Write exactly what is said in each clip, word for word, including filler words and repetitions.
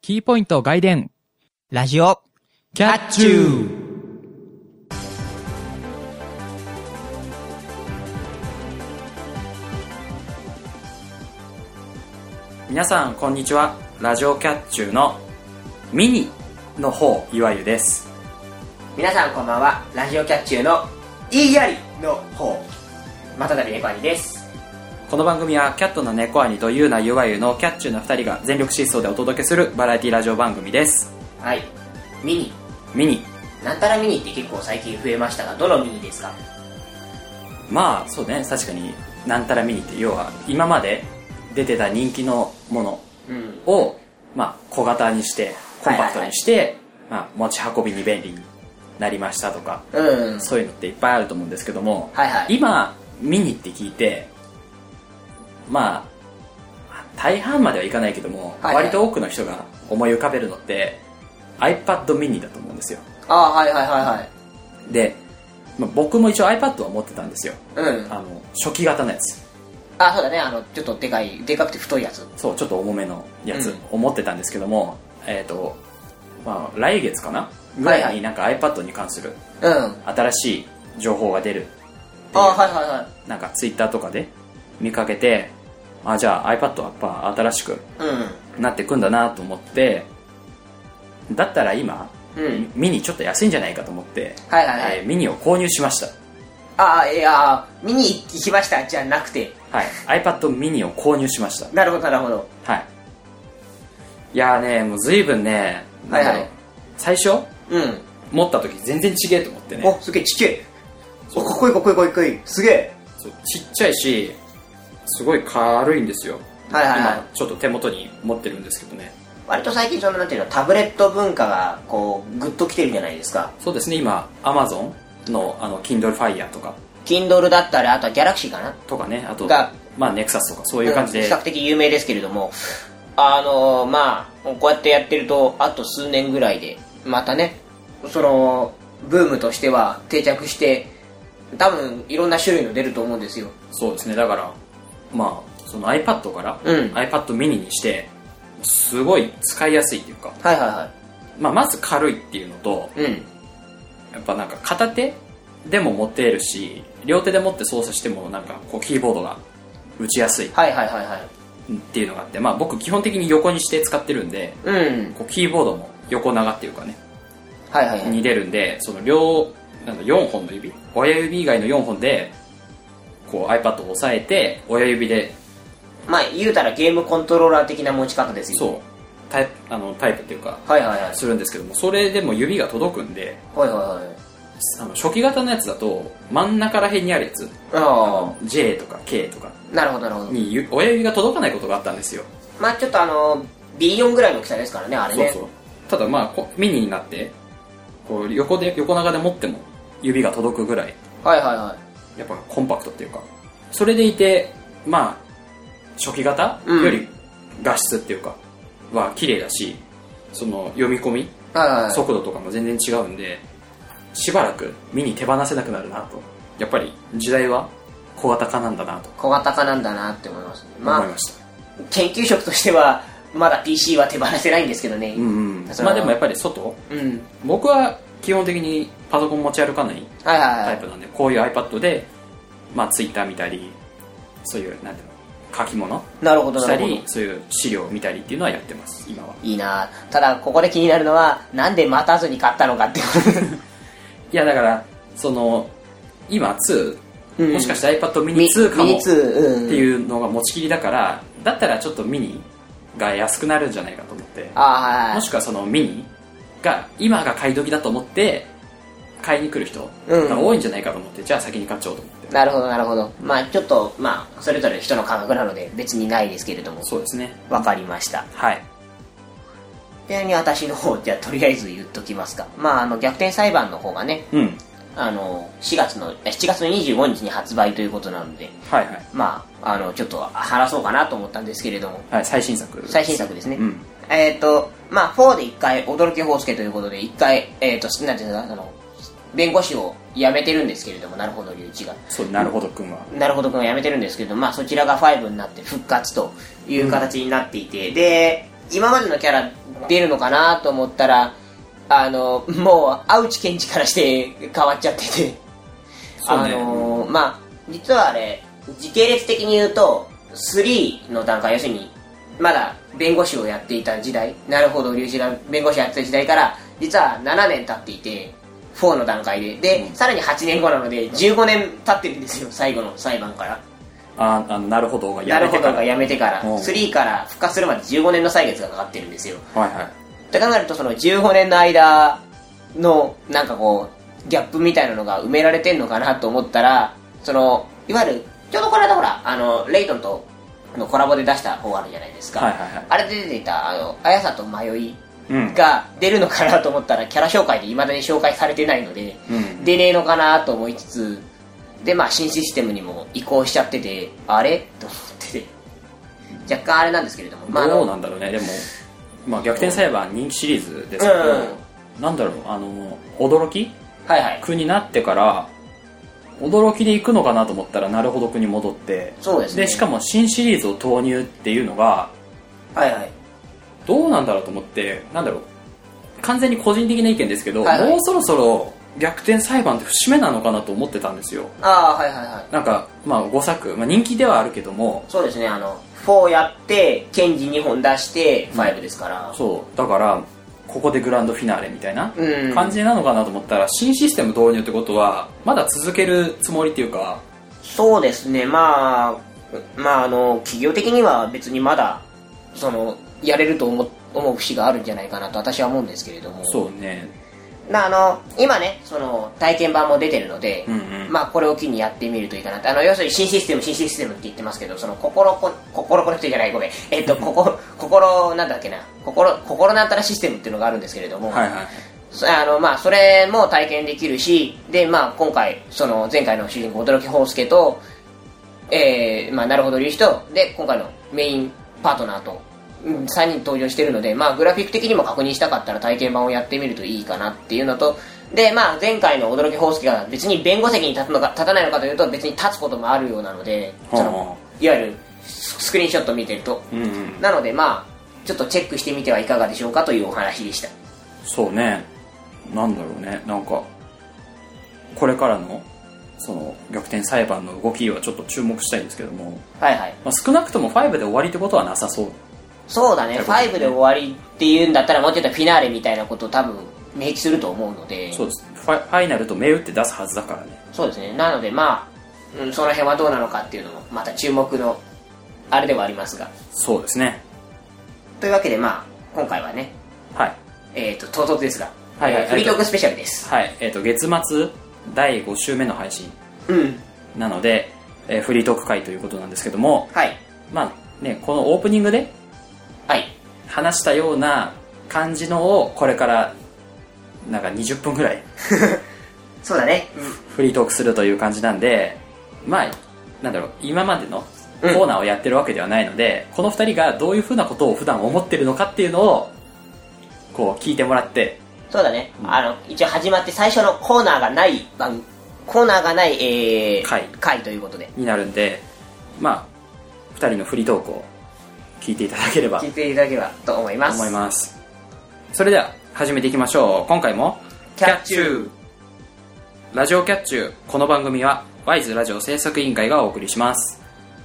キーポイント外伝ラジオキャッチュー。 皆さんこんにちは。ラジオキャッチューのミニの方、いわゆです。 皆さんこんばんは。ラジオキャッチューのいいやりの方、またたび猫兄です。 この番組はキャットの猫兄とゆうなゆわゆのキャッチューのふたりが全力疾走でお届けするバラエティラジオ番組です。 はい。ミニミニなんたらミニって結構最近増えましたが、どのミニですか？ まあそうね、確かになんたらミニって要は今まで出てた人気のものを、うん、まあ小型にしてコンパクトにして、はいはいはい、まあ、持ち運びに便利になりましたとか、うん、そういうのっていっぱいあると思うんですけども、はいはい、今ミニって聞いてまあ大半まではいかないけども、はいはい、割と多くの人が思い浮かべるのって iPad mini だと思うんですよ。 ああ、はいはいはいはい。 で、まあ、僕も一応 iPad は持ってたんですよ、うん、あの初期型のやつ。 あ、そうだね、あのちょっとでかい、でかくて太いやつ。 そう、ちょっと重めのやつを持ってたんですけども、うん、えっ、ー、とまあ来月かなぐらいになんか iPad に関する新しい情報が出るっていう、 あ、はいはいはい、 なんか Twitter とかで見かけて、あ、じゃあ iPad はやっぱ新しくなってくんだなと思って、うん、だったら今、うん、ミニちょっと安いんじゃないかと思って、はいはいはい、えー、ミニを購入しました。 ああ、いや、ミニ行きましたじゃなくて、 はい、iPad mini を購入しました。 なるほどなるほど。 はい。いやーね、もう随分ね、なんだろう、はいはい、最初、うん、持った時全然ちげえと思ってね。 お、すげえちっちゃい。お、かっこいいかっこいいかっこいい、すげえ。 そう、ちっちゃいしすごい軽いんですよ。はいはいはい、今ちょっと手元に持ってるんですけどね。 割と最近そのなんていうの、タブレット文化がこうグッときてるじゃないですか。 そうですね、今 Amazon のあの Kindle Fire とか Kindle だったり、あとは Galaxy かなとかね、あとがまあ Nexus とかそういう感じで、 うん、比較的有名ですけれども、あのー、まあこうやってやってるとあと数年ぐらいでまたね、そのブームとしては定着して、多分いろんな種類の出ると思うんですよ。 そうですね、だからまあその iPad から、うん、iPad mini にしてすごい使いやすいっていうか、はいはいはい、まあ、まず軽いっていうのと、うん、やっぱなんか片手でも持っているし、両手で持って操作してもなんかこうキーボードが打ちやすいっていうのがあって、まあ、僕基本的に横にして使ってるんで、うん、こうキーボードも横長っていうかね、はいはいはい、に出るんで、その両なんだよんほんの指、親指以外のよんほんでこう iPad を押さえて親指で、 まあ言うたらゲームコントローラー的な持ち方ですよ。 そうタイプ、あのタイプっていうか、はいはいはい、するんですけども、それでも指が届くんで、はいはいはい、あの初期型のやつだと真ん中ら辺にあるやつ、ああ J とか K とか、なるほどなるほど、に親指が届かないことがあったんですよ。 まあちょっとあの ビーよん ぐらいの大きさですからね、あれね。そうそう。 ただまあミニになってこう横で横長で持っても指が届くぐらい、はいはいはい、やっぱコンパクトっていうか、それでいて、まあ初期型より画質っていうかは綺麗だし、その読み込み、はいはいはい、速度とかも全然違うんで、しばらくミニ手放せなくなるなと。やっぱり時代は小型化なんだなと。 小型化なんだなって思いますね。 まあ、思いました。 研究職としてはまだ ピーシー は手放せないんですけどね。うんうん、 まあでもやっぱり外、うん、僕は基本的にパソコン持ち歩かないタイプなんで、はいはいはい、こういう iPad で、まあ、Twitter 見たり、そういうなんていうの、書き物したり、そういう資料を見たりっていうのはやってます今は。 いいな。ただここで気になるのは、なんで待たずに買ったのかっていういやだからその今ツー、うん、もしかして iPad mini ツーかもっていうのが持ちきりだから、だったらちょっとミニが安くなるんじゃないかと思って、あ、はいはい、もしくはそのミニが今が買い時だと思って買いに来る人が多いんじゃないかと思って、うん、じゃあ先に買っちゃおうと思って。 なるほどなるほど。まあちょっとまあそれぞれ人の感覚なので別にないですけれども。 そうですね、 わかりました。はい。ちなみに私の方、じゃあとりあえず言っときますか。まああの逆転裁判の方がね、うん、あのしがつのしちがつのにじゅうごにちに発売ということなので、はいはい、まああのちょっと話そうかなと思ったんですけれども、 はい、最新作最新作ですね。うん、えっ、ー、とまあフォーでいっかい驚き宝介ということでいっかいえっ、ー、となんていうの、あの弁護士を辞めてるんですけれども、なるほど隆一が、 そう、なるほどくんはなるほどくんは辞めてるんですけれども、まあそちらがファイブになって復活という形になっていて、うん、で今までのキャラ出るのかなと思ったら、あのもう青内健二からして変わっちゃってて、ね、あのまあ実はあれ時系列的に言うとスリーの段階、要するにまだ弁護士をやっていた時代、なるほど龍二が弁護士やってた時代から実はななねん経っていて、フォーの段階でで、うん、さらにはちねんごなのでじゅうごねん経ってるんですよ、最後の裁判から。 ああ、なるほどがやめてから、なるほどがやめてからスリーから復活するまでじゅうごねんの歳月がかかってるんですよ。 はいはい。 って考えると、そのじゅうごねんの間のなんかこうギャップみたいなのが埋められてんのかなと思ったら、そのいわゆるちょうどこの間ほらあのレイトンとのコラボで出した方あるじゃないですか、 はいはいはい、 あれで出ていたあの綾里迷いが出るのかなと思ったら、うん、キャラ紹介でいまだに紹介されてないので、うん、出ねえのかなと思いつつで、まあ新システムにも移行しちゃってて、あれと思ってて若干あれなんですけれども、 まあ、どうなんだろうね。でも、まあ、逆転裁判人気シリーズですけど、うんうん、なんだろう、あの驚き、 はいはい、 区になってから驚きで行くのかなと思ったらなるほど区に戻って、 そうですね、 でしかも新シリーズを投入っていうのが、 はいはい、 どうなんだろうと思って、なんだろう、完全に個人的な意見ですけど、はいはい、もうそろそろ逆転裁判って節目なのかなと思ってたんですよ。 ああ、はいはいはい。 なんか、まあ、ごさく、まあ、人気ではあるけども、 そうですね、あのフォーやってケンジにほん出してファイブですから、 うん、そうだからここでグランドフィナーレみたいな感じなのかなと思ったら、新システム導入ってことはまだ続けるつもりっていうか。 そうですね、まあまああの企業的には別にまだそのやれると思う思う節があるんじゃないかなと私は思うんですけれども。 そうね、 あの今ねその体験版も出てるので、うんうん、まあこれを機にやってみるといいかなって。あの要するに新システム新システムって言ってますけど、その心こ心コネクトじゃないごめんえっと心心なんだっけな心心なんたらシステムっていうのがあるんですけれども、 はいはい、 あのまあそれも体験できるし、でまあ今回その前回の主人公驚き宝介と、えー、まあなるほど龍一とで今回のメインパートナーとさんにん登場してるので、まあ、グラフィック的にも確認したかったら体験版をやってみるといいかなっていうのと、で、まあ、前回の驚き宝介が別に弁護席に立つのか立たないのかというと別に立つこともあるようなので、そのいわゆるスクリーンショット見てると、うんうん、なのでまあちょっとチェックしてみてはいかがでしょうかというお話でした。 そうね、なんだろうね、なんかこれからのその逆転裁判の動きはちょっと注目したいんですけども、 はいはい、 まあ、少なくともファイブで終わりってことはなさそう。 そうだね、ファイブで終わりっていうんだったらもうちょっとフィナーレみたいなことを多分明記すると思うので。 そうです、ファ、ファイナルと銘打って出すはずだからね。 そうですね、なのでまあ、うん、その辺はどうなのかっていうのもまた注目のあれではありますが。 そうですね、 というわけでまあ今回はね、 はい、 えっ、ー、と唐突ですが、はいはい、えー、フリートークスペシャルです。 はい、えっ、ー、と月末だいご週目の配信、 うん、 なので、えー、フリートーク会ということなんですけども、 はい、 まあね、このオープニングではい話したような感じのをこれからなんかにじゅっぷんぐらいそうだね、 うん、フリートークするという感じなんで、まあなんだろう、今までのコーナーをやってるわけではないので、うん、このふたりがどういうふうなことを普段思ってるのかっていうのをこう聞いてもらって。 そうだね、うん、あの一応始まって最初のコーナーがない番コーナーがない、えー、回, 回ということでになるんで、まあふたりのフリートークを聞いていただければ聞いていただければと思います思います。それでは始めていきましょう。今回もキャッチューラジオキャッチュー、この番組はワイズラジオ制作委員会がお送りします。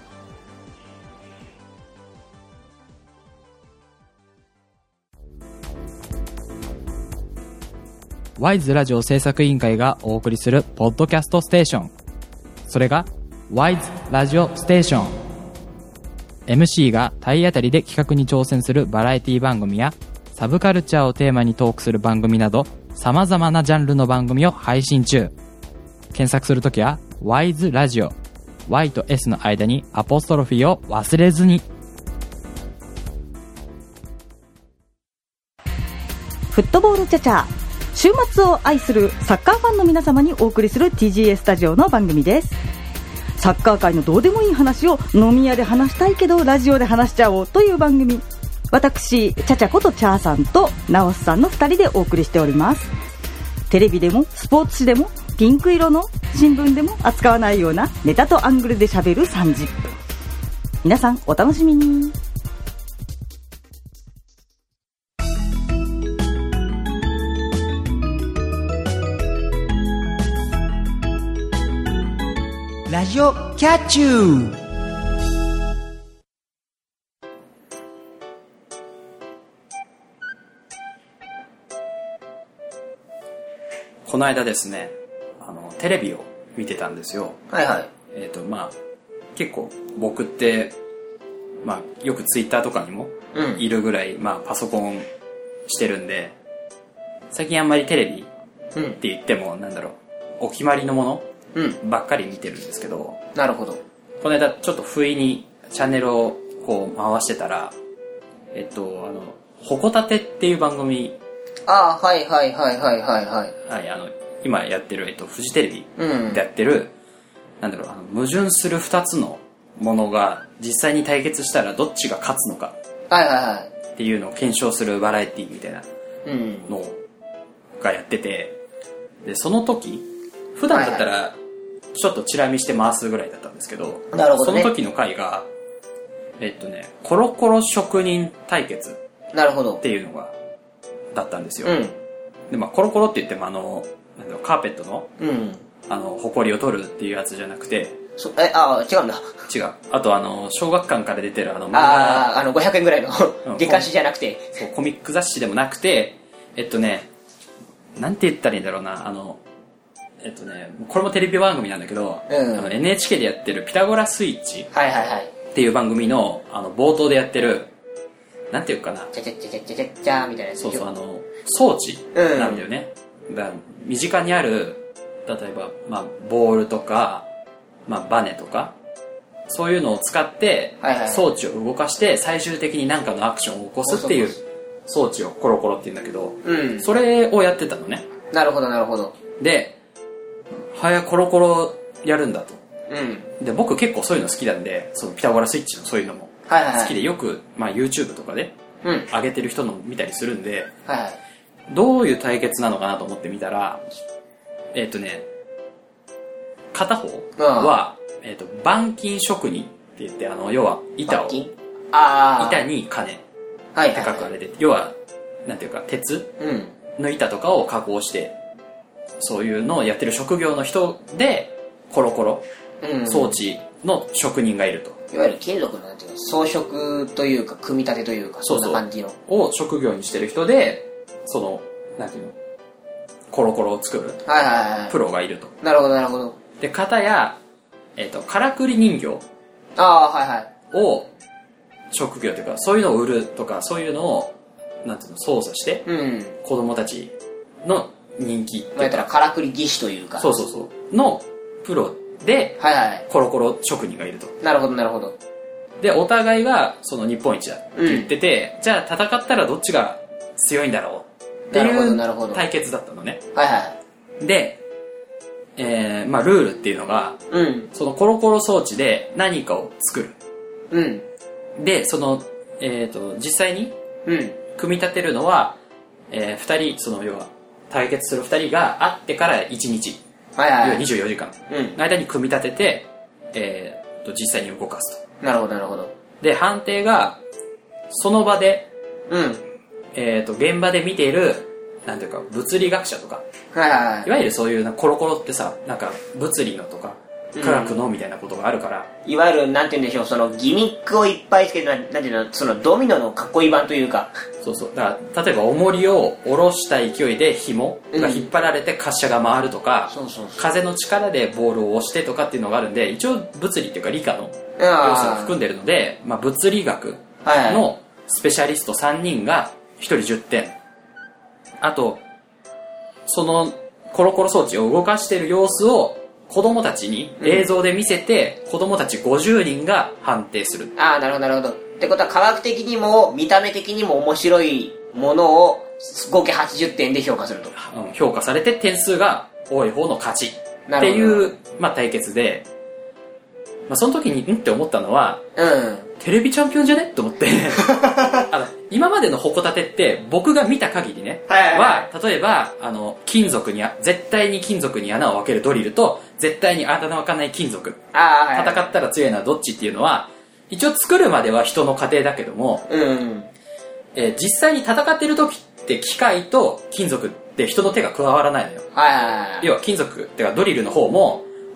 ワイズラジオ制作委員会がお送りするポッドキャストステーション、それがワイズラジオステーション。 エムシー が体当たりで企画に挑戦するバラエティ番組やサブカルチャーをテーマにトークする番組など様々なジャンルの番組を配信中。検索するときは ワイズ ラジオ、 Y と S の間にアポストロフィーを忘れずに。 フットボールチャチャ、週末を愛するサッカーファンの皆様にお送りする ティージーエー スタジオの番組です。サッカー界のどうでもいい話を飲み屋で話したいけどラジオで話しちゃおうという番組。私チャチャことチャーさんとナオスさんのふたりでお送りしております。テレビでもスポーツ紙でもピンク色の新聞でも扱わないようなネタとアングルで喋るさんじゅっぷん。皆さんお楽しみに。 ラジオキャッチュー。 この間ですね、あのテレビを見てたんですよ。 はいはい。 えっとまあ結構僕ってまあよくツイッターとかにもいるぐらい、うん、まあパソコンしてるんで、最近あんまりテレビって言っても、うん、なんだろう、お決まりのもの、うん、ばっかり見てるんですけど。 なるほど。 この間ちょっと不意にチャンネルをこう回してたら、えっとあのほこたてっていう番組。 ああ、はいはいはいはいはいはい。 はい、あの今やってる、えっと、フジテレビでやってる、うん、なんだろう、あの矛盾するふたつのものが実際に対決したらどっちが勝つのかっていうのを検証するバラエティみたいなのがやってて、でその時普段だったらちょっとチラ見して回すぐらいだったんですけど、 なるほどね、 その時の回がえっとねコロコロ職人対決っていうのがだったんですよ。うん、でまあコロコロって言ってもあのなんだろう、カーペットの、うん、あの埃を取るっていうやつじゃなくて、 そえあ違うんだ。 違う。あとあの小学館から出てるあの漫画、ああのごひゃくえんぐらいの月刊誌じゃなくて、 そうコミック雑誌でもなくて、えっとねなんて言ったらいいんだろうな、あのえっとねこれもテレビ番組なんだけど、うん、あの エヌエイチケー でやってるピタゴラスイッチっていう番組のあの冒頭でやってる、なんていうかな、 チャチャチャチャチャチャチャみたいなやつ。 そうそう、あの装置なんだよね。うん、だから身近にある例えば、まあ、ボールとか、まあ、バネとかそういうのを使って装置を動かして最終的に何かのアクションを起こすっていう装置をコロコロって言うんだけど、うん、それをやってたのね。 なるほどなるほど。 で、はやコロコロやるんだと、うん、で僕結構そういうの好きなんで、そのピタゴラスイッチのそういうのも好きで、よく、まあ、YouTube とかで上げてる人の見たりするんで、はいはい、どういう対決なのかなと思ってみたら、えっとね片方は、えー、と板金職人って言って、あの要は板をあ板に金って書くあれで、はいはいはい、要はなんていうか鉄の板とかを加工して、うん、そういうのをやってる職業の人でコロコロ装置の職人がいると、 うん、いわゆる金属のなんていうか装飾というか組み立てというか、そんな感じのそうそうを職業にしてる人で、そのなんていうのコロコロを作るプロがいると。 なるほどなるほど。 で片や、えー、とからくり人形を職業というか、そういうのを売るとか、そういうのをなんていうの操作して、うん、子供たちの人気っていうか、 まあ、たらからくり技師というか、 そうそうそうのプロで、はいはい、コロコロ職人がいると。 なるほどなるほど。 でお互いがその日本一だって言ってて、うん、じゃあ戦ったらどっちが強いんだろうっていう対決だったのね。はいはい。で、えー、まあルールっていうのが、うん、そのコロコロ装置で何かを作る。うん。で、その、えっと、実際に、うん。組み立てるのは、えー、ふたり、その要は、対決するふたりが会ってからいちにち。はいはい、はい。要はにじゅうよじかん。うん。の間に組み立てて、えー、と、実際に動かすと。なるほど、なるほど。 で、判定が、その場で、うん。えっと、現場で見ている、なんていうか物理学者とか、はいはいはい、いわゆるそういうなコロコロってさ、なんか物理のとか科学のみたいなことがあるから、 うん、いわゆるなんて言うんでしょう、そのギミックをいっぱいつけて、なんていうの、そのドミノのかっこいい版というか、 そうそう、だから例えば重りを下ろした勢いで紐が引っ張られて滑車が回るとか、うん、そうそうそう、風の力でボールを押してとかっていうのがあるんで、一応物理っていうか理科の要素を含んでるので、まあ、物理学のスペシャリストさんにんがひとりじゅってん、あとそのコロコロ装置を動かしている様子を子供たちに映像で見せて、うん、子供たちごじゅうにんが判定する。 ああ、なるほどなるほど。ってことは科学的にも見た目的にも面白いものを合計はちじゅってんで評価すると、 うん、評価されて点数が多い方の勝ちっていう、まあ、対決で、まあ、その時にんって思ったのは、うん、テレビチャンピオンじゃねと思ってあの今までのホコタテって僕が見た限りね、はいはいはい、は例えばあの金属に絶対に金属に穴を開けるドリルと絶対に穴の開かない金属、あ、はいはい、戦ったら強いのはどっちっていうのは一応作るまでは人の過程だけども、うんうん、えー、実際に戦ってる時って機械と金属って人の手が加わらないのよ、はいはいはい、要は金属っていうかドリルの方も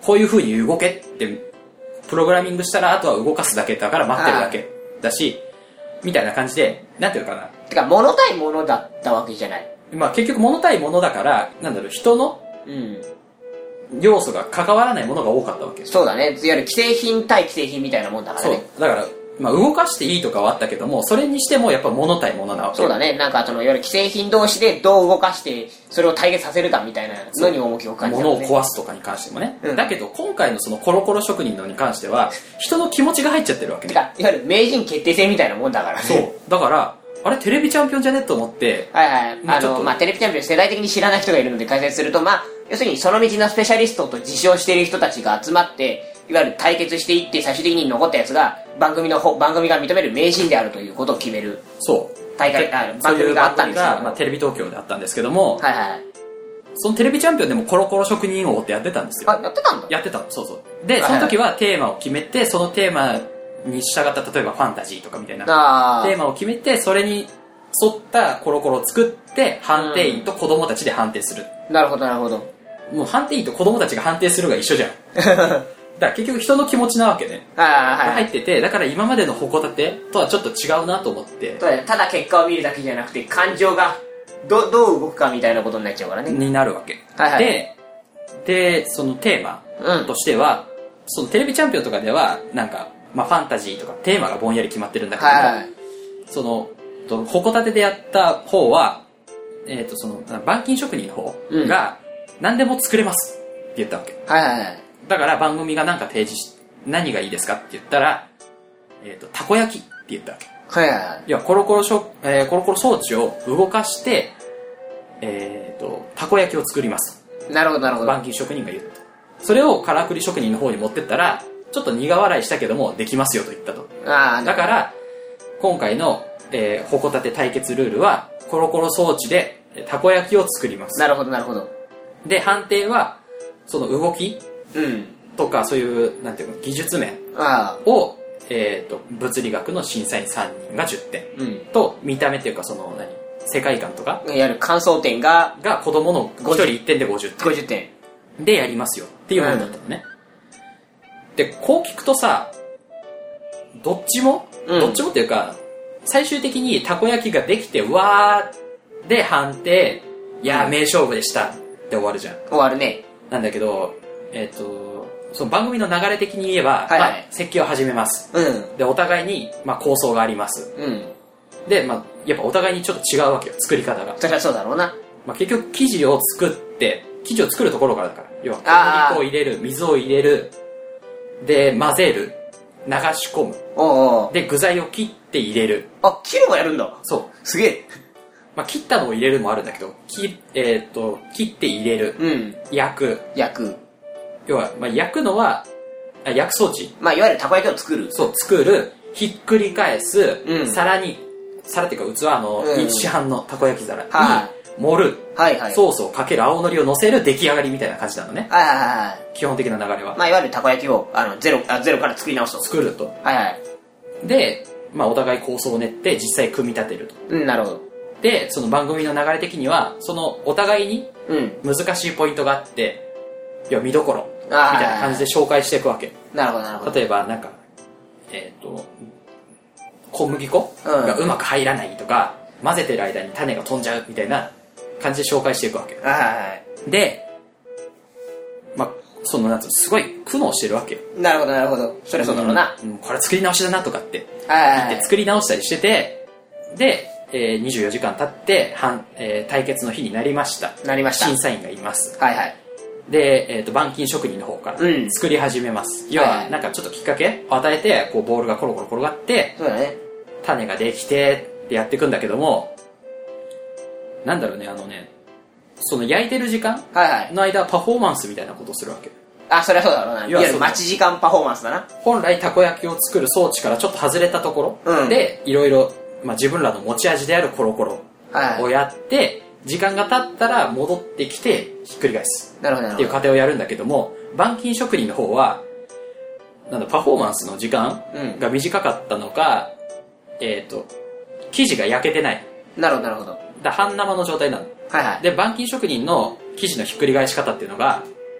こういう風に動けってプログラミングしたらあとは動かすだけだから待ってるだけだしみたいな感じで、なんていうのかな、 てか物対物だったわけじゃない。 まあ結局物対物だから、なんだろう、人の要素が関わらないものが多かったわけ。 そうだね。いわゆる既製品対既製品みたいなもんだからね。 そうだからまあ、動かしていいとかはあったけども、それにしてもやっぱ物対物なわけ。 そうだね。なんかそのいわゆる既製品同士でどう動かしてそれを対決させるかみたいなのに重きを感じる、ね、 物を壊すとかに関してもね、うん、だけど今回のそのコロコロ職人のに関しては人の気持ちが入っちゃってるわけね。 てかいわゆる名人決定戦みたいなもんだからね。 そうだからあれテレビチャンピオンじゃねと思って、 はいはい、あのまあテレビチャンピオン世代的に知らない人がいるので解説すると、まあ要するにその道のスペシャリストと自称している人たちが集まっていわゆる対決していって最終的に残ったやつが番組の番組が認める名人であるということを決める。 そう大会あ番組があったんですよ。 まあ、テレビ東京であったんですけども、 はいはい、 そのテレビチャンピオンでもコロコロ職人王ってやってたんですよ。 あ、やってたんだ。 やってたの。そうそう。で、その時はテーマを決めて、そのテーマに従った例えばファンタジーとかみたいなテーマを決めて、それに沿ったコロコロを作って判定員と子供たちで判定する、 うん、なるほどなるほど。 もう判定員と子供たちが判定するが一緒じゃんだから結局人の気持ちなわけね。 あ、はい、 入ってて、だから今までの矛立てとはちょっと違うなと思って。 ただ結果を見るだけじゃなくて感情が ど, どう動くかみたいなことになっちゃうからね。 になるわけ、はいはい、ででそのテーマとしては、うん、そのテレビチャンピオンとかではなんか、まあ、ファンタジーとかテーマがぼんやり決まってるんだけども、はいはい、その矛立てでやった方は、えー、とその板金職人の方が何でも作れますって言ったわけ、 はいはいはい。 だから番組が何か提示し何がいいですかって言ったら、えー、とたこ焼きって言ったわけ。 はいはいはい。 いやコロコロしょ、えー、コロコロ装置を動かして、えー、とたこ焼きを作ります。 なるほどなるほど。 板金職人が言った。それをからくり職人の方に持ってったらちょっと苦笑いしたけどもできますよと言ったと。 あ、 だから今回の、えー、矛立て対決ルールはコロコロ装置でたこ焼きを作ります。 なるほどなるほど。 で判定はその動き、 うん、 とかそういうなんていうの技術面を、えー、と物理学の審査員さんにんがじゅってん、うん、と見た目っていうかその何世界観とかいわゆる感想点がが子供のひとりいってんでごじゅってんごじゅってんでやりますよっていうものだったのね、うん、でこう聞くとさどっちも、うん、どっちもっていうか最終的にたこ焼きができてわーで判定いやー名勝負でしたって終わるじゃん。 終わるね。 なんだけどえっ、ー、とその番組の流れ的に言えば、はいはい、まあ、設計を始めます、うん、でお互いに、まあ、構想があります、うん、で、まあ、やっぱお互いにちょっと違うわけよ作り方が。 そりゃそうだろうな、 まあ、結局生地を作って生地を作るところからだから要は小麦粉を入れる水を入れるで混ぜる流し込むおうおうで具材を切って入れる。 あ、切るもやるんだ。 そうすげえ。 まあ、切ったのを入れるもあるんだけど、き、えー、と切って入れる、うん、焼く焼く要は、まあ、焼くのはあ焼く装置、 まあ、いわゆるたこ焼きを作る。 そう作るひっくり返す、うん、皿に皿っていうか器の、うん、市販のたこ焼き皿に盛る、 はいはい、 ソースをかける青のりを乗せる出来上がりみたいな感じなのね、 はいはいはい、 基本的な流れは、 まあ、いわゆるたこ焼きをあのゼロあゼロから作り直すと作ると、 はいはい、 で、まあ、お互い構想を練って実際組み立てると、 うん、なるほど。 でその番組の流れ的にはそのお互いに難しいポイントがあって、うん、要は見どころみたいな感じで紹介していくわけ。 なるほどなるほど。 例えばなんかえっ、ー、と小麦粉がうまく入らないとか、うん、混ぜてる間に種が飛んじゃうみたいな感じで紹介していくわけ。 はい、 でまあそのなんつうのすごい苦悩してるわけよ。 なるほどなるほど。そりゃそうだろうな、 うんうん、これ作り直しだなとかって言って作り直したりしてて、でえー、にじゅうよじかん経ってはん、えー、対決の日になりましたなりました。 審査員がいます。 はいはい。 で、えー、と板金職人の方から作り始めます、うん、要はなんかちょっときっかけを与えてこうボールがコロコロ転がって、 そうだね、 種ができてってやっていくんだけども、なんだろうねあのねその焼いてる時間の間パフォーマンスみたいなことをするわけ。 あ、そりゃそうだろうな。いわゆる待ち時間パフォーマンスだな。 本来たこ焼きを作る装置からちょっと外れたところでいろいろまあ、自分らの持ち味であるコロコロをやって、はい、時間が経ったら戻ってきてひっくり返すっていう過程をやるんだけども、板金職人の方はなんだパフォーマンスの時間が短かったのか、うん、えっ、ー、と生地が焼けてない。 なるほどなるほど。 だ半生の状態なの、 はいはい、 で板金職人の生地のひっくり返し方っていうのが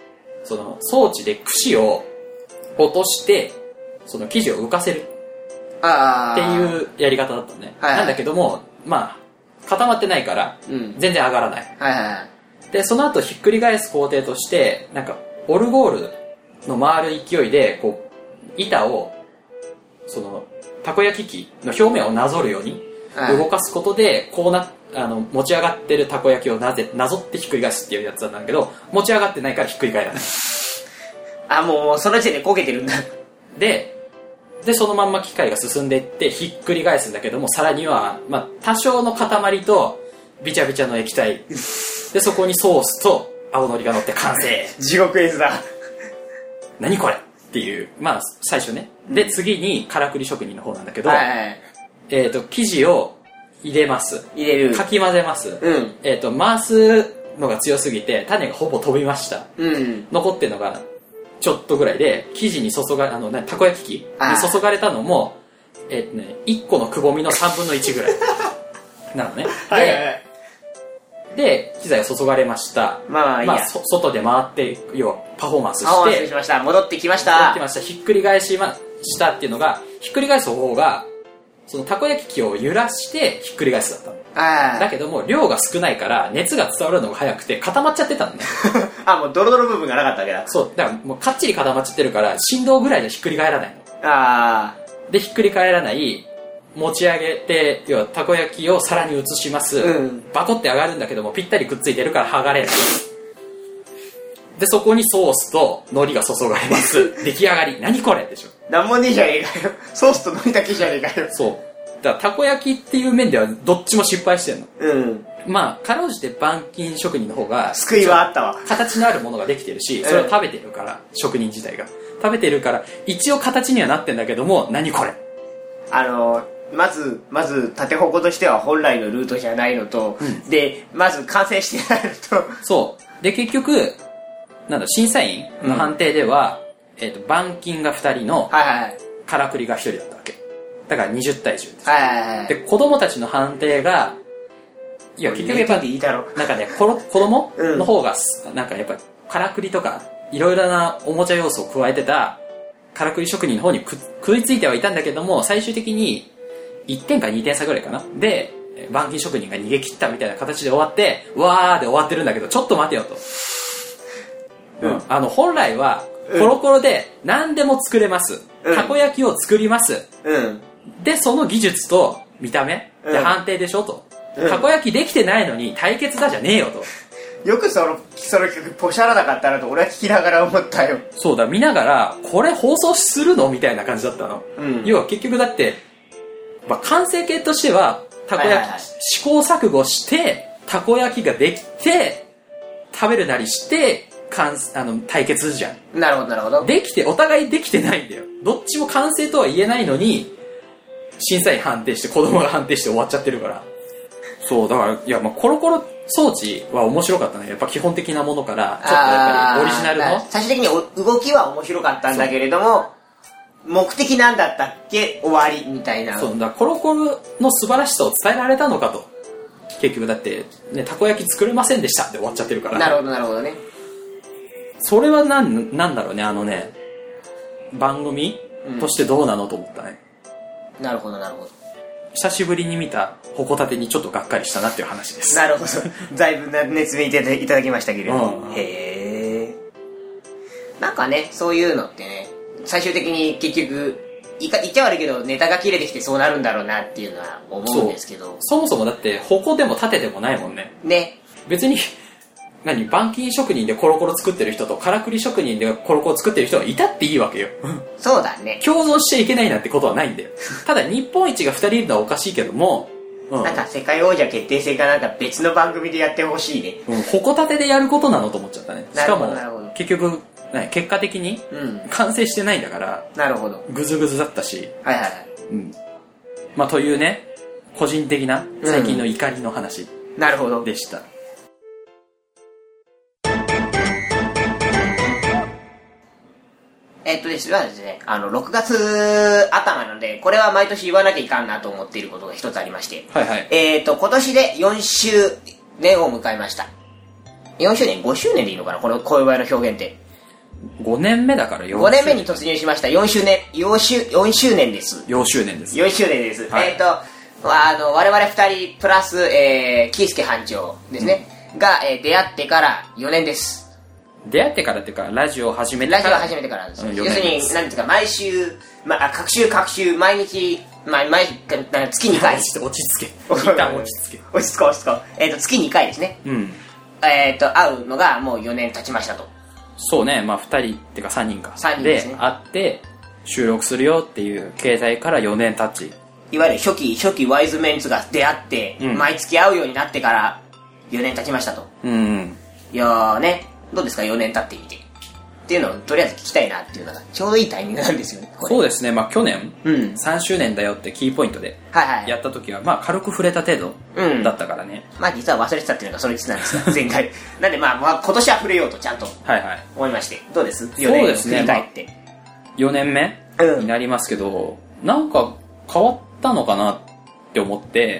その装置で櫛を落としてその生地を浮かせるっていうやり方だったのね、はいはい、なんだけどもまあ固まってないから全然上がらない、うんはいはいはい、でその後ひっくり返す工程としてなんかオルゴールの回る勢いでこう板をそのたこ焼き器の表面をなぞるように動かすことでこうなあの持ち上がってるたこ焼きをなぜなぞってひっくり返すっていうやつなんだけど持ち上がってないからひっくり返らないあもうその時点で焦げてるんだででそのまんま機械が進んでいってひっくり返すんだけどもさらには、まあ、多少の塊とビチャビチャの液体でそこにソースと青のりが乗って完成地獄絵図だ何これっていうまあ最初ねで次にからくり職人の方なんだけど、はいはい、えーと生地を入れます入れるかき混ぜます、うんえーと回すのが強すぎて種がほぼ飛びました、うん、残ってるのがちょっとぐらいで生地に注があのたこ焼き器に注がれたのもえーとね、いっこのくぼみのさんぶんのいちぐらいなのねで、はいはいはいで機材が注がれました。 まあいいや、まあ、 外で回って要はパフォーマンスしてパフォーマンスしました。戻ってきました。 戻ってきました。ひっくり返しましたっていうのがひっくり返す方法がそのたこ焼き器を揺らしてひっくり返すだったの。だけども量が少ないから熱が伝わるのが早くて固まっちゃってたのね。 あもうドロドロ部分がなかったわけだ。 そうだからもうかっちり固まっちゃってるから振動ぐらいじゃひっくり返らないの。 あでひっくり返らない持ち上げて要はたこ焼きを皿に移します、うん、バコって上がるんだけどもぴったりくっついてるから剥がれないでそこにソースと海苔が注がれます出来上がり何これでしょなんもねえじゃねえかよソースと海苔だけじゃねえかよそうだからたこ焼きっていう面ではどっちも失敗してるのうんまあかろうじて板金職人の方が救いはあったわ形のあるものができてるしそれを食べてるから、うん、職人自体が食べてるから一応形にはなってんだけども何これあのまずまず縦鉾としては本来のルートじゃないのと、うん、でまず完成してないのとそうで結局なんだ審査員の判定では、うんえー、と板金がふたりのからくりがひとりだったわけだからにじゅうたいじゅうです、はいはいはい、で子供たちの判定がいや結局やっぱいいだろなんかね子供の方がなんかやっぱからくりとかいろいろなおもちゃ要素を加えてたからくり職人の方にく食いついてはいたんだけども最終的にいってんかにてん差ぐらいかなで板金職人が逃げ切ったみたいな形で終わってわーで終わってるんだけどちょっと待てよと、うん、あの本来はコロコロで何でも作れます、うん、たこ焼きを作ります、うん、でその技術と見た目で判定でしょと、うん、たこ焼きできてないのに対決だじゃねえよとよくそのその曲ポシャらなかったなと俺は聞きながら思ったよそうだ見ながらこれ放送するのみたいな感じだったの、うん、要は結局だってまあ、完成形としてはたこ焼き、はいはいはい、試行錯誤してたこ焼きができて食べるなりしてかんあの対決じゃんなるほどなるほどできてお互いできてないんだよどっちも完成とは言えないのに審査員判定して子供が判定して終わっちゃってるからそうだからいやまあコロコロ装置は面白かったねやっぱ基本的なものからちょっとやっぱりオリジナルの最終的に動きは面白かったんだけれども目的なんだったっけ終わりみたいなそうだコロコロの素晴らしさを伝えられたのかと結局だって、ね、たこ焼き作れませんでしたって終わっちゃってるからなるほどなるほどねそれはなんなんだろうねあのね番組としてどうなのと思ったね、 うん、なるほどなるほど久しぶりに見たホコタテにちょっとがっかりしたなっていう話ですなるほどだいぶ熱弁いただきましたけれども、うん、へえなんかねそういうのってね最終的に結局言っちゃ悪いけどネタが切れてきてそうなるんだろうなっていうのは思うんですけどそ, そもそもだって矛でも盾でもないもんねね別に何板金職人でコロコロ作ってる人とからくり職人でコロコロ作ってる人がいたっていいわけよそうだね共存しちゃいけないなんてことはないんだよただ日本一がふたりいるのはおかしいけども、 うん、なんか世界王者決定戦かなんか別の番組でやってほしいね、 うん、矛盾でやることなのと思っちゃったねしかも結局結果的に完成してないんだから、 うん、なるほどグズグズだったしはいはいはい、 うんまあ、というね個人的な最近の怒りの話、 うん、なるほどでしたえっとですね、あのろくがつ頭なのでこれは毎年言わなきゃいかんなと思っていることが一つありまして、 はいはい、 えっと今年でよんしゅうねんを迎えました。よんしゅうねんごしゅうねんでいいのかなこのこういう場合の表現ってごねんめだからよんしゅうねん。 ごねんめに突入しました。よんしゅうねん、よんしゅう、よんしゅうねんです。 よんしゅうねんです。 よんしゅうねんです。はい、えっ、ー、と、あの、我々ふたりプラス、えー、キースケ班長ですね、うん、が、えー、出会ってからよねんです。 出会ってからっていうか、ラジオを始めてから。 ラジオを始めてからです。うん、要するに、なんていうか、毎週、まあ、各週各週、毎日、まあ、毎、月にかい。 落ち着け。一旦落ち着け。 落ち着こう、落ち着こう。えっ、ー、と、月にかいですね。 うん。 えっ、ー、と、会うのがもうよねん経ちましたと。 そうね、まあ、ふたりっていうかさんにんか。 さんにんですね。 で、会って、収録するよっていう経済からよねん経ち。 いわゆる初期、初期ワイズメンツが出会って、うん、毎月会うようになってからよねん経ちましたと。 うん、うん。 いやーね、どうですか、よねん経ってみて。っていうのをとりあえず聞きたいなっていうのがちょうどいいタイミングなんですよね。 そうですね、まあ去年、 うん、 さんしゅうねんだよってキーポイントでやった時は、まあ軽く触れた程度だったからね。 うん、まあ実は忘れてたっていうのがそれ実なんですが、前回。なんでまあ、まあ今年は触れようとちゃんと思いまして。はいはい、どうですよねん振り返って。 よねんめになりますけど、うん、なんか変わったのかなって思って、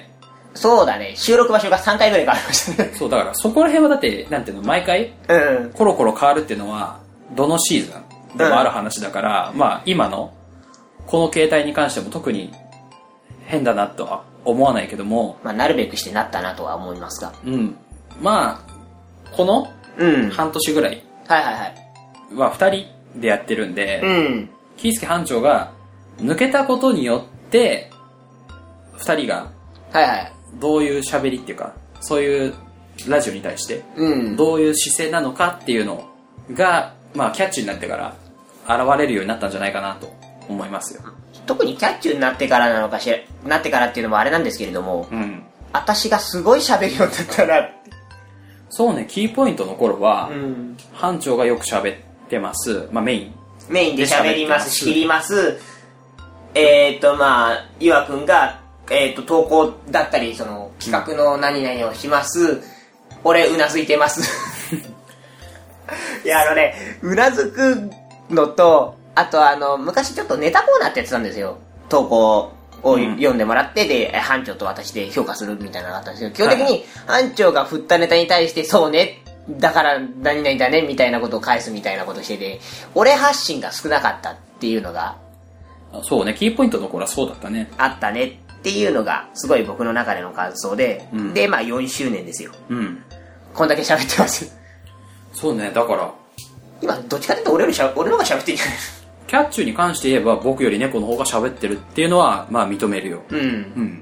そうだね、収録場所がさんかいぐらい変わりましたね。 そう、だからそこら辺はだって、なんていうの、毎回、うん、コロコロ変わるっていうのは、どのシーズンでもある話だから、うん、まあ今のこの携帯に関しても特に変だなとは思わないけども、 まあなるべくしてなったなとは思いますが、 うん、まあこの半年ぐらいはふたりでやってるんで、 うん、 キースケ班長が抜けたことによってふたりがどういう喋りっていうか、そういうラジオに対してどういう姿勢なのかっていうのが、まあキャッチになってから現れるようになったんじゃないかなと思いますよ。 特にキャッチになってからなのかしら、なってからっていうのもあれなんですけれども、 うん、 私がすごい喋るようになったなって。 そうね、キーポイントの頃は、うん、班長がよく喋ってます。まあメインメインで喋ります、仕切ります。えっ、ー、とまあ岩くんが、えー、と投稿だったりその企画の何々をします、うん、俺うなずいてますいやあのね、うなずくのと、あとあの昔ちょっとネタコーナーってやってたんですよ。投稿を読んでもらって、うん、で班長と私で評価するみたいなのがあったんですけど、基本的に班長が振ったネタに対してそうね、だから何々だねみたいなことを返すみたいなことをしてて、俺発信が少なかったっていうのが、 そうね、キーポイントの頃はそうだったね、 あったねっていうのがすごい僕の中での感想で、うん、でまあよんしゅうねんですよ、 うん、 こんだけ喋ってますそうね、だから今どっちかというと俺よりしゃ俺の方が喋ってるんじゃないキャッチュに関して言えば僕より猫の方が喋ってるっていうのはまあ認めるよ、 うん、うん、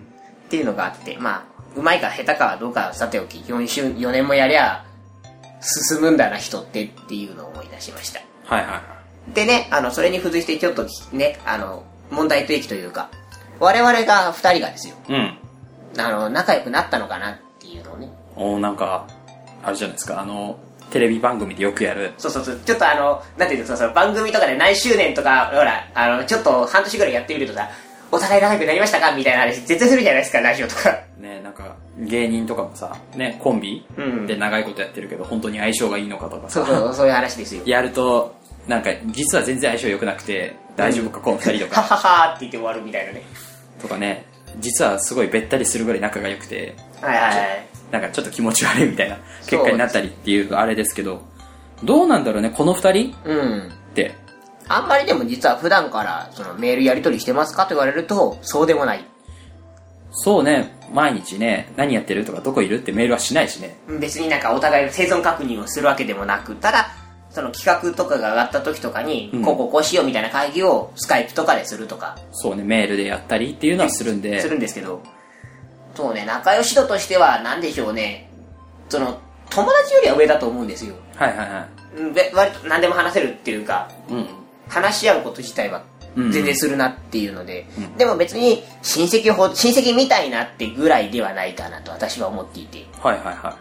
っていうのがあって、まあうまいか下手かはどうかはさておき、よん週よねんもやりゃ進むんだな人ってっていうのを思い出しました。 はいはいはい。 でね、あのそれに付随してちょっとね、あの問題提起というか、我々がふたりがですよ、 うん、 あの仲良くなったのかなっていうのをね。 おー、なんかあれじゃないですか、あのテレビ番組でよくやる、 そうそうそう、ちょっとあのなんていうの、その番組とかで何周年とかほらあのちょっと半年ぐらいやってみるとさ、お互い仲良くなりましたかみたいな話絶対するじゃないですか、ラジオとかね。なんか芸人とかもさ、ね、コンビで長いことやってるけど、うん、本当に相性がいいのかとかさ、 そうそう、そういう話ですよ。 やるとなんか実は全然相性良くなくて大丈夫か、うん、このふたりとかはははって言って終わるみたいなねとかね、実はすごいべったりするぐらい仲が良くて、 はいはいはい、 なんかちょっと気持ち悪いみたいな結果になったりっていうあれですけど、どうなんだろうね、このふたり、 うん、 ってあんまりでも実は普段からそのメールやり取りしてますかと言われるとそうでもない。 そうね、毎日ね、何やってるとかどこいるってメールはしないしね。 別になんかお互い生存確認をするわけでもなく、ただその企画とかが上がった時とかに、うん、こうこうこうしようみたいな会議をスカイプとかでするとか、 そうね、メールでやったりっていうのはするんで、 するんですけど、そうね、仲良し度としては何でしょうね、その友達よりは上だと思うんですよ。 はいはいはい。 割と何でも話せるっていうか、 うん、 話し合うこと自体は全然するなっていうので、うんうん、でも別に親戚ほ親戚みたいなってぐらいではないかなと私は思っていて、 はいはいはい。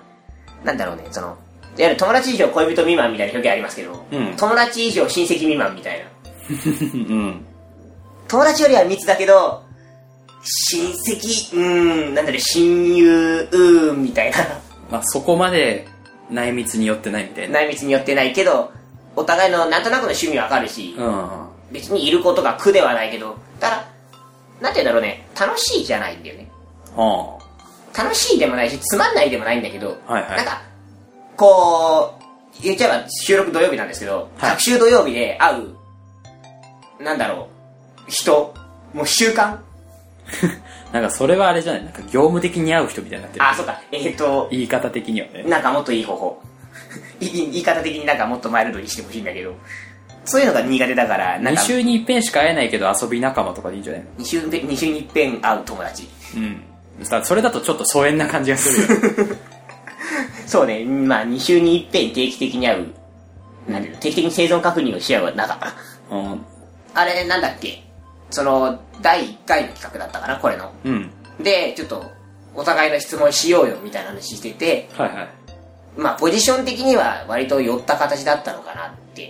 なんだろうね、そのいわゆる友達以上恋人未満みたいな表現ありますけど、 うん、 友達以上親戚未満みたいな、 うん、 友達よりは密だけど親戚うーんなんだろう、親友うーんみたいなまあそこまで内密に寄ってないみたいな、 内密に寄ってないけどお互いのなんとなくの趣味わかるし、 うん、 別にいることが苦ではないけど、ただなんて言うんだろうね、楽しいじゃないんだよね、 はあ、楽しいでもないしつまんないでもないんだけど、 はいはい、 なんかこう言っちゃえば収録土曜日なんですけど、はい、各週土曜日で会う、なんだろう、人、もう習慣なんかそれはあれじゃない、なんか業務的に会う人みたいになってる。 あ、そうか。えっ、ー、と。 言い方的にはね。 なんかもっといい方法。言い方的になんかもっとマイルドにしてほしいんだけど。そういうのが苦手だから、 なんか。に週に一遍しか会えないけど遊び仲間とかでいいんじゃないの？ 2 週, 2週に一遍会う友達。 うん。それだとちょっと疎遠な感じがするよ。 そうね。まあに週に一遍定期的に会う。なんていうの、定期的に生存確認をし合う仲間。うん。あれなんだっけ？その、だいいっかいの企画だったかな、これの。うん。で、ちょっと、お互いの質問しようよ、みたいな話してて、はいはい。まあ、ポジション的には割と寄った形だったのかなって。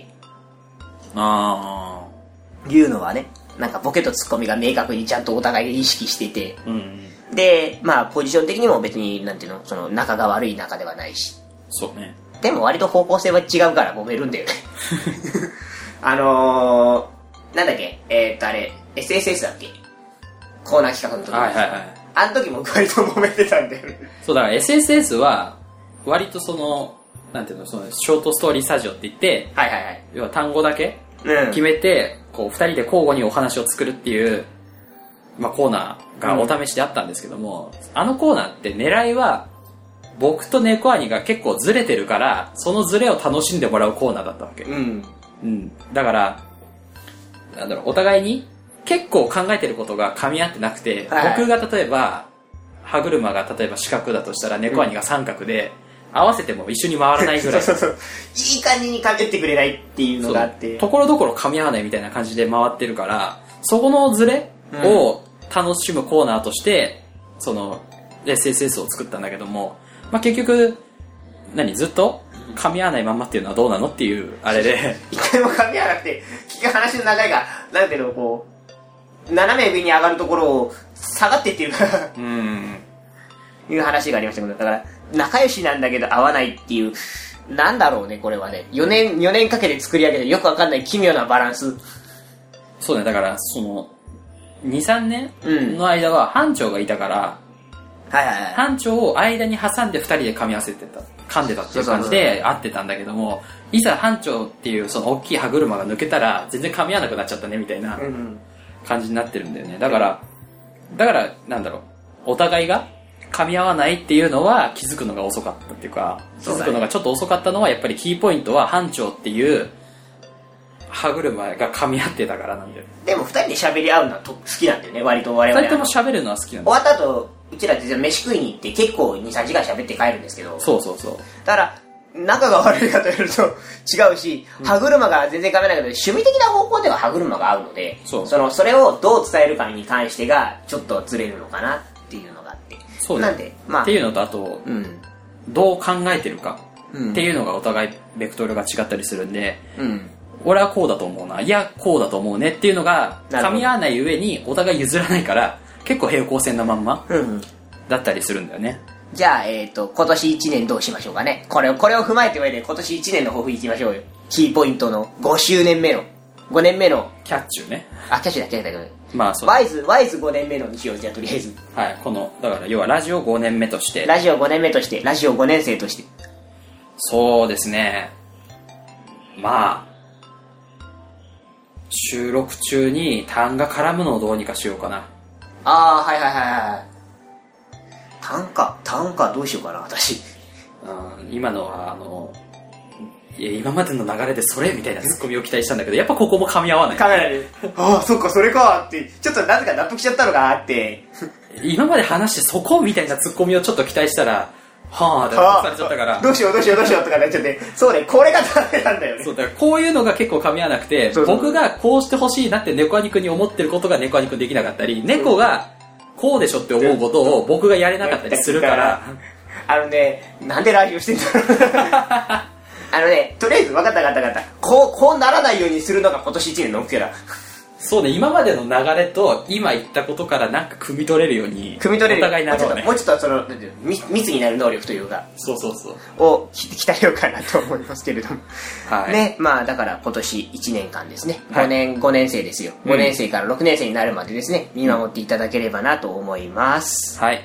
ああ。いうのはね、なんかボケとツッコミが明確にちゃんとお互いで意識してて、うん、で、まあ、ポジション的にも別に、なんていうの、その、仲が悪い仲ではないし。 そうね。 でも割と方向性は違うから揉めるんだよね。あのー、なんだっけ、えー、っとあれ、エスエスエス だっけ、コーナー企画の時に、はいはいはい、あの時も割と揉めてたんだよね。 そうだから エスエスエス は割とそのなんていうの、そのショートストーリースタジオって言って、はいはいはい、要は単語だけ決めて、うん、こうふたりで交互にお話を作るっていう、まあ、コーナーがお試しであったんですけども、うん、あのコーナーって狙いは僕と猫兄が結構ずれてるからそのずれを楽しんでもらうコーナーだったわけ、うんうん、だからなんだろう、お互いに結構考えてることが噛み合ってなくて、はいはい、僕が例えば歯車が例えば四角だとしたら猫兄が三角で、うん、合わせても一緒に回らないぐらいそうそうそう、いい感じにかけてくれないっていうのがあって、 ところどころ噛み合わないみたいな感じで回ってるから、そこのズレを楽しむコーナーとしてその エスエスエス を作ったんだけども、まあ、結局何ずっと噛み合わないまんまっていうのはどうなのっていうあれで一回も噛み合わなくて、結局話の流れがなんていうの、こう斜め上に上がるところを下がってっていうかうんいう話がありましたけど、だから仲良しなんだけど合わないっていう、なんだろうね、これはね、よねんよねんかけて作り上げてよくわかんない奇妙なバランス。 そうね、だからその にさんねんの間は班長がいたから、うん、はいはいはい、班長を間に挟んでふたりで噛み合わせてた、噛んでたっていう感じで合ってたんだけども、いざ班長っていうその大きい歯車が抜けたら全然噛み合わなくなっちゃったねみたいな感じになってるんだよね。だからだからなんだろう、お互いが噛み合わないっていうのは気づくのが遅かったっていうか、気づくのがちょっと遅かったのはやっぱりキーポイントは班長っていう歯車が噛み合ってたからなんだよ。 でもふたりで喋り合うのは好きなんだよね、割と我々。 ふたりとも喋るのは好きなんだよ。 終わった後うちらって飯食いに行って結構 にさんじかん喋って帰るんですけど、 そうそうそう、 だから仲が悪いかというと違うし、歯車が全然噛めないけど、趣味的な方向では歯車が合うので、そうそのそれをどう伝えるかに関してがちょっとずれるのかなっていうのがあって、 そうなんで、まあ、っていうのとあと、うん、どう考えてるかっていうのがお互いベクトルが違ったりするんで、うん、俺はこうだと思うな、いやこうだと思うねっていうのが噛み合わない上にお互い譲らないから結構平行線なまんまだったりするんだよね。 じゃあ、えっと、今年いちねんどうしましょうかね。これを、これを踏まえて上で今年いちねんの抱負いきましょうよ。キーポイントのごしゅうねんめの、ごねんめの。 キャッチューね。 あ、キャッチューだけだけど。 まあそう。 ワイズ、ワイズごねんめのにしよう、じゃあとりあえず。 はい、この、だから要はラジオごねんめとして。 ラジオごねんめとして、ラジオごねん生として。 そうですね。まあ、収録中に痰が絡むのをどうにかしようかな。 ああ、はいはいはいはい。単価単価どうしようかな私。 うん、今のはあのいや今までの流れでそれみたいなツッコミを期待したんだけど、やっぱここも噛み合わない。 噛み合わない。ああそっかそれかってちょっとなぜか納得しちゃったのがあって、 今まで話してそこみたいなツッコミをちょっと期待したらはあだ納得されちゃったから、 どうしようどうしようどうしようとかなっちゃって、そうね、これがダメなんだよね。 そうだからこういうのが結構噛み合わなくて、そうそう、僕がこうしてほしいなって猫兄くんに思ってることが猫兄くんできなかったり、猫がこうでしょって思うことを僕がやれなかったりするからあのね、なんでラジオしてんだろうあのね、とりあえず分かった分かった分かった、こう、こうならないようにするのが今年いちねんの目標だ。 そうね、今までの流れと今言ったことからなんか汲み取れるように汲み取れるお互いなろうね。 もうちょっとその密になる能力というか、 そうそうそうを鍛えようかなと思いますけれどもはいね、まあだから今年いちねんかんですね、ごねんごねん生ですよ、ごねん生からろくねん生になるまでですね、見守っていただければなと思います。 はい。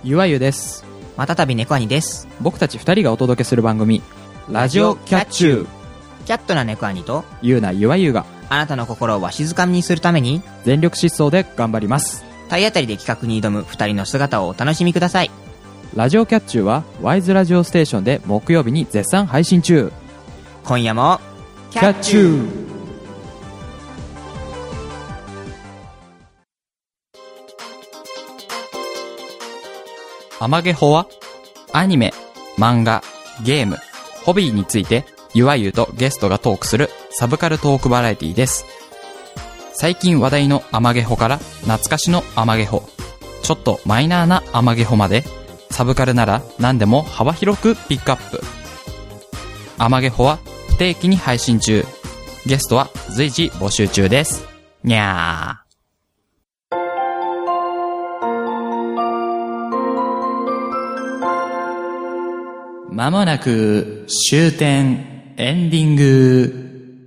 ゆわゆです。 またたび猫兄です。 僕たち二人がお届けする番組、ラジオキャッチュー。 キャットな猫兄とゆうなゆわゆがあなたの心をわしづかみにするために全力疾走で頑張ります。 体当たりで企画に挑む二人の姿をお楽しみください。 ラジオキャッチューはワイズラジオステーションで木曜日に絶賛配信中。 今夜もキャッチュー。アマゲホはアニメ、漫画、ゲーム、ホビーについてゆわゆとゲストがトークするサブカルトークバラエティです。最近話題のアマゲホから懐かしのアマゲホ、ちょっとマイナーなアマゲホまで、サブカルなら何でも幅広くピックアップ。アマゲホは不定期に配信中。ゲストは随時募集中です。にゃー。まもなく終点エンディング。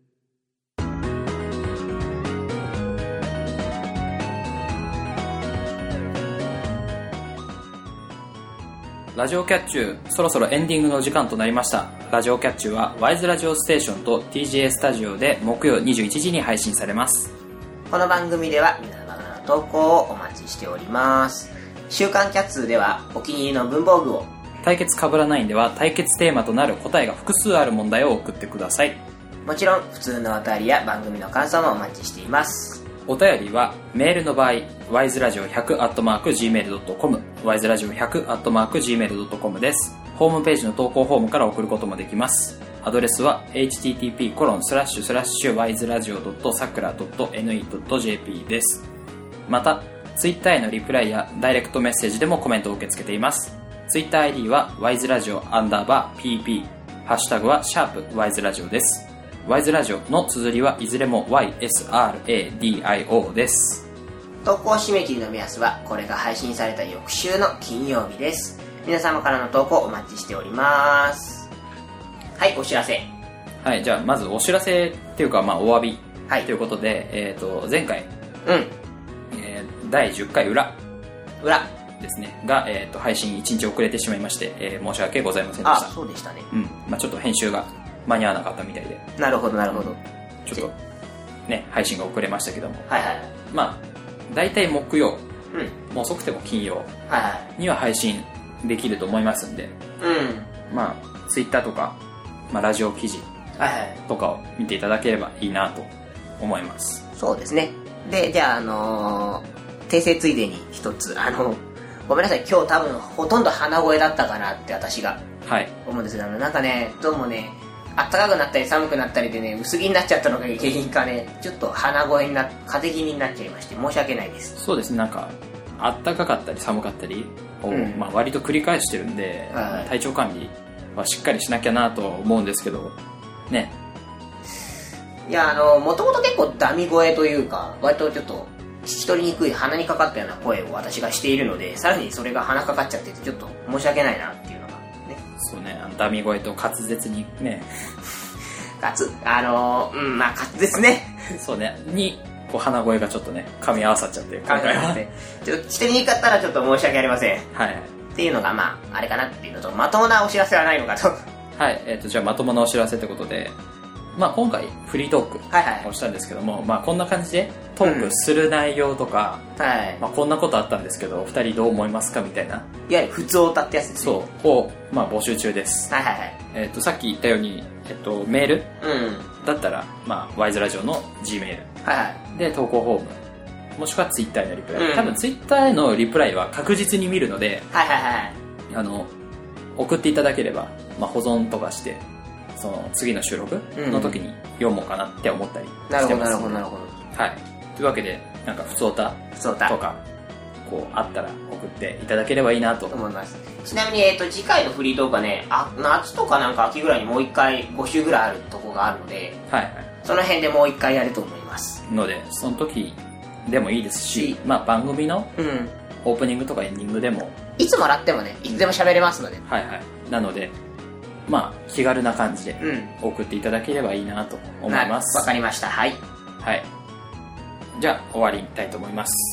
ラジオキャッチュー、そろそろエンディングの時間となりました。ラジオキャッチューはワイズラジオステーションと ティージェー スタジオで木曜にじゅういちじに配信されます。 この番組では皆様の投稿をお待ちしております。週刊キャッツーではお気に入りの文房具を、 対決かぶらないんでは対決テーマとなる答えが複数ある問題を送ってください。 もちろん普通のお便りや番組の感想もお待ちしています。 お便りはメールの場合 ワイズラジオひゃく アットマーク ジーメール ドットコム ワイズラジオひゃく アットマーク ジーメール ドットコム です。ホームページの投稿フォームから送ることもできます。アドレスは エイチティーティーピーコロンスラッシュスラッシュワイズラジオドットサクラドットエヌイードットジェーピー です。またツイッターへのリプライやダイレクトメッセージでもコメントを受け付けています。ツイッター アイディー は ワイズラジオ アンダーバー ピーピー、 ハッシュタグはシャープ ワイズラジオ です。ワイズラジオの綴りはいずれも ワイエスアールエーディーアイオー です。 投稿締め切りの目安はこれが配信された翌週の金曜日です。皆様からの投稿お待ちしております。はい、お知らせ。 はい、じゃあまずお知らせっていうか、まあお詫びということで、えっと前回、 うん、 えー、だいじゅっかい裏裏ですねが、えー、と配信いちにち遅れてしまいまして、えー、申し訳ございませんでした。 あ、そうでしたね。 うん、まあちょっと編集が間に合わなかったみたいで。 なるほどなるほど。 ちょっとね配信が遅れましたけども、 はいはい。 まあ大体木曜、 うん、 もう遅くても金曜はいはいには配信できると思いますんで、 うん、 まあツイッターとか、まあ、ラジオ記事とかを見ていただければいいなと思います。 そうですね。で、じゃああのー、訂正ついでに一つ、あのごめんなさい、今日多分ほとんど鼻声だったかなって私が思うんですけど、はい、なんかね、どうもね、暖かくなったり寒くなったりでね、薄着になっちゃったのが原因かね、ちょっと鼻声にな、風邪気味になっちゃいまして申し訳ないです。 そうですね、なんか暖かかったり寒かったりを、うん、まあ、割と繰り返してるんで、はい、体調管理はしっかりしなきゃなと思うんですけどね。 いや、あのもともと結構ダミ声というか、割とちょっと聞き取りにくい鼻にかかったような声を私がしているので、さらにそれが鼻かかっちゃっててちょっと申し訳ないなっていうのがね。 そうね、あのダミ声と滑舌にね滑あのー、うん、まあ滑舌ねそうねにこう鼻声がちょっとね噛み合わさっちゃって、今回はちょっと聞き取りにくかったらちょっと申し訳ありません。 はい、 っていうのがまああれかなっていうのと、まともなお知らせはないのかとはい、えーとじゃあまともなお知らせってことで、まあ、今回フリートークをしたんですけども、はいはい、まあ、こんな感じでトークする内容とか、 うん、はいまあ、こんなことあったんですけどお二人どう思いますかみたいな、いわゆる普通歌ってやつですね。 そうを、まあ、募集中です。 はいはいはい。 えーとさっき言ったように、えーとメール、 うん、 だったら、まあ、ワイズラジオの G メール、 はいはい、 で投稿フォームもしくはツイッターへのリプライ、うん、多分ツイッターへのリプライは確実に見るので、 はいはいはい、あの送っていただければ、まあ、保存とかしてその次の収録の時に読もうかなって思ったりしてます、 うん、なるほどなるほどなるほど。はい。というわけで、なんか普通歌とかこうあったら送っていただければいいなと思います。ちなみに、えーと、次回のフリートークはね、あ、夏とかなんか秋ぐらいにもう一回ご週ぐらいあるとこがあるので、 はいはい、 その辺でもう一回やると思いますので、その時でもいいですし、まあ、番組のオープニングとかエンディングでも、 いつもらってもね、いつでも喋れますので、 はいはい。なのでまあ気軽な感じで送っていただければいいなと思います。 わ、うん、かりました。はいはい。じゃあ終わりたいと思います。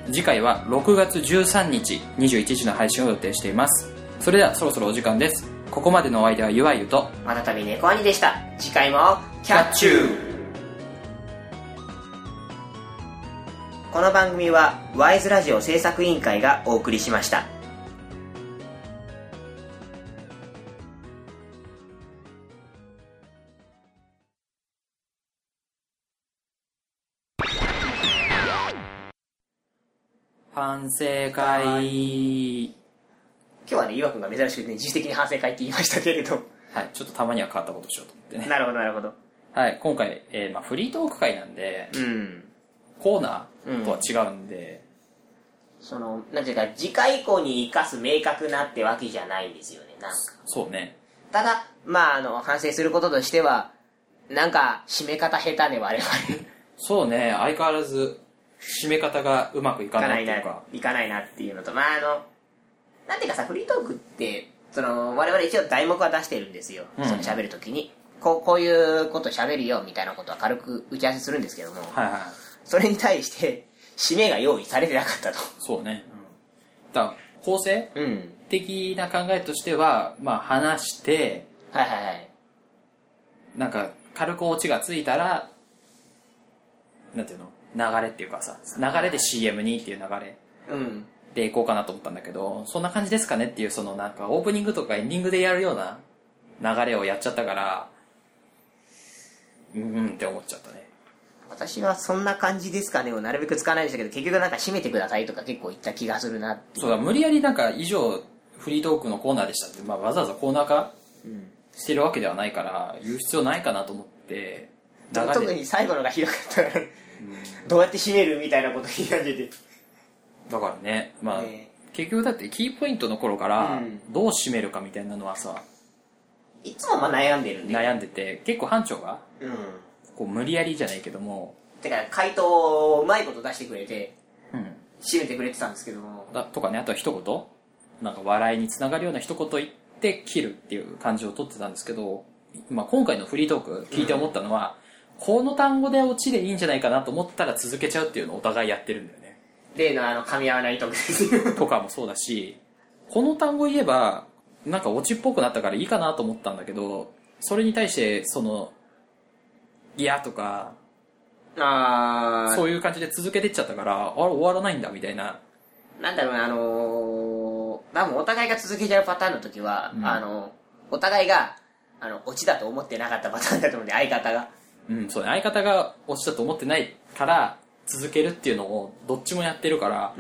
次回はろくがつじゅうさんにちにじゅういちじの配信を予定しています。それではそろそろお時間です。ここまでのお相手はゆわゆとまたたび猫兄でした。次回もキャッチュー。この番組はワイズラジオ制作委員会がお送りしました。 反省会。 今日はね、岩くんが珍しくね、自主的に反省会って言いましたけれど。 はい、ちょっとたまには変わったことしようと思ってね。 なるほど、なるほど。 はい、今回、えー、まあフリートーク会なんで、うん、コーナーとは違うんで、 うん、その、なんていうか、次回以降に生かす明確なってわけじゃないんですよね、なんか。 そうね。 ただ、まあ、あの、反省することとしては、なんか、締め方下手ね、我々。 そうね、相変わらず、締め方がうまくいかないっていうか。 いかないなっていうのと、まああの、なんていうかさ、フリートークって、その、我々一応題目は出してるんですよ。うん、その喋るときに。こう、こういうこと喋るよ、みたいなことは軽く打ち合わせするんですけども。はいはい。それに対して、締めが用意されてなかったと。 そうね。うん、だから、構成、うん、的な考えとしては、まあ話して、はいはいはい。なんか、軽くオチがついたら、なんていうの流れっていうかさ、流れで シーエム にっていう流れでいこうかなと思ったんだけど、そんな感じですかねっていう、そのなんかオープニングとかエンディングでやるような流れをやっちゃったから、うーんって思っちゃったね。 私はそんな感じですかねをなるべく使わないでしたけど、結局なんか締めてくださいとか結構言った気がするなっていう。 そうだ、無理やりなんか以上フリートークのコーナーでしたって、まあわざわざコーナー化してるわけではないから、言う必要ないかなと思って、 特に最後のがひどかったから、うん、どうやって締めるみたいなこと言い始めて。 だからね、まあ、ね、結局だってキーポイントの頃からどう締めるかみたいなのはさ、 うん、いつもまあ悩んでるんで。 悩んでて、結構班長が、うん、こう無理やりじゃないけども。 てか回答をうまいこと出してくれて、うん、締めてくれてたんですけども。 だとかね、あとは一言、なんか笑いにつながるような一言言って切るっていう感じを取ってたんですけど、まあ今回のフリートーク聞いて思ったのは、うん、この単語でオチでいいんじゃないかなと思ったら続けちゃうっていうのをお互いやってるんだよね。 例のあの噛み合わないトークですよとかもそうだし、この単語言えばなんかオチっぽくなったからいいかなと思ったんだけど、それに対してそのいやとかあそういう感じで続けてっちゃったから、あれ終わらないんだみたいな。 なんだろうな、あのー、多分お互いが続けちゃうパターンの時は、うん、あのお互いがあのオチだと思ってなかったパターンだと思うんで、相方がうんそうね、相方がオチだと思ってないから続けるっていうのをどっちもやってるから、うん、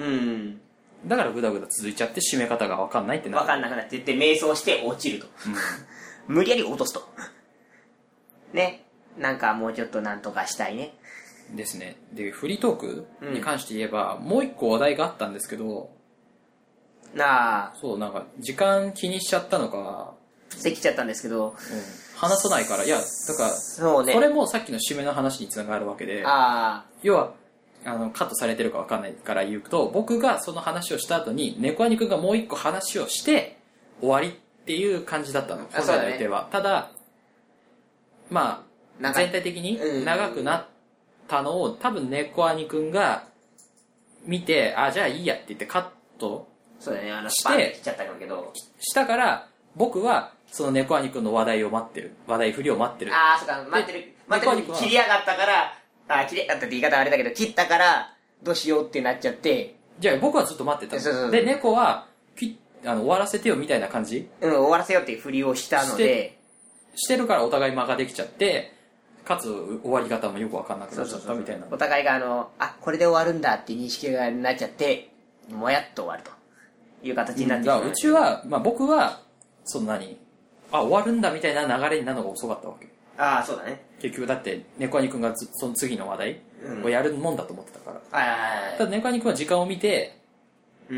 だからグダグダ続いちゃって締め方が分かんないってなる。 分かんなくなってって迷走して落ちると、うん、無理やり落とすとね。なんかもうちょっとなんとかしたいねですね。でフリートークに関して言えば、うん、もう一個話題があったんですけど、なあそうなんか時間気にしちゃったのかできちゃったんですけど、うん、 話さないから、いやだからそ、ね、それもさっきの締めの話につながるわけで、あ要はあのカットされてるか分かんないから言うと、僕がその話をした後に猫兄くんがもう一個話をして終わりっていう感じだったの、本来の予定は、ね、ただまあ全体的に長くなったのを多分猫兄くんが見て、あじゃあいいやって言ってカットそうだね、あのスパンって切っちゃったけどしたから、僕はその猫兄くんの話題を待ってる、話題振りを待ってる。 ああそうか、待ってる待ってる切り上がったから、あ、切れだったって言い方あれだけど、切ったからどうしようってなっちゃって、 じゃあ僕はずっと待ってたの。そうそうそう。で猫はきあの終わらせてよみたいな感じ、 うん、終わらせようっていう振りをしたのでして、してるからお互い間ができちゃって、かつ終わり方もよく分かんなくなっちゃったみたいな。そうそうそう、 お互いがあのあこれで終わるんだって認識がなっちゃって、もやっと終わるという形になってしまう、 うん、うちは、まあ、僕はその何あ終わるんだみたいな流れになるのが遅かったわけ。 ああそうだね。 結局だって猫兄くんがその次の話題をやるもんだと思ってたから、うん、はいはいはい。ただ猫兄くんは時間を見てうん、うん、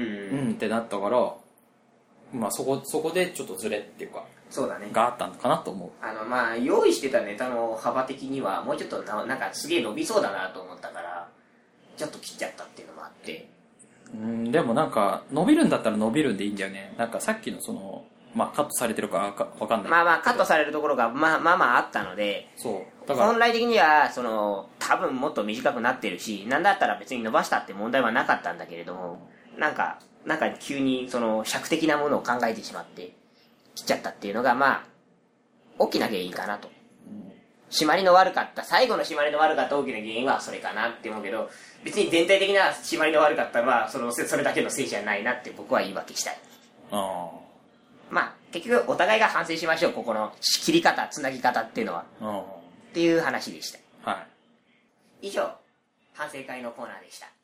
ってなったから、まあそこそこでちょっとズレっていうかそうだねがあったのかなと思う。 あのまあ用意してたネタの幅的にはもうちょっとななんかすげえ伸びそうだなと思ったからちょっと切っちゃったっていうのもあって、 うんでもなんか伸びるんだったら伸びるんでいいんだよね。なんかさっきのそのまあカットされてるかわかんない。 まあまあカットされるところがまあまあまああったので、そうだから本来的にはその多分もっと短くなってるし、なんだったら別に伸ばしたって問題はなかったんだけれども、なんか、なんか急にその尺的なものを考えてしまって切っちゃったっていうのが、まあ、大きな原因かなと。締まりの悪かった、最後の締まりの悪かった大きな原因はそれかなって思うけど、別に全体的な締まりの悪かったのは、その、それだけのせいじゃないなって僕は言い訳したい。あまあ、結局お互いが反省しましょう、ここの切り方、つなぎ方っていうのは。っていう話でした。はい。以上、反省会のコーナーでした。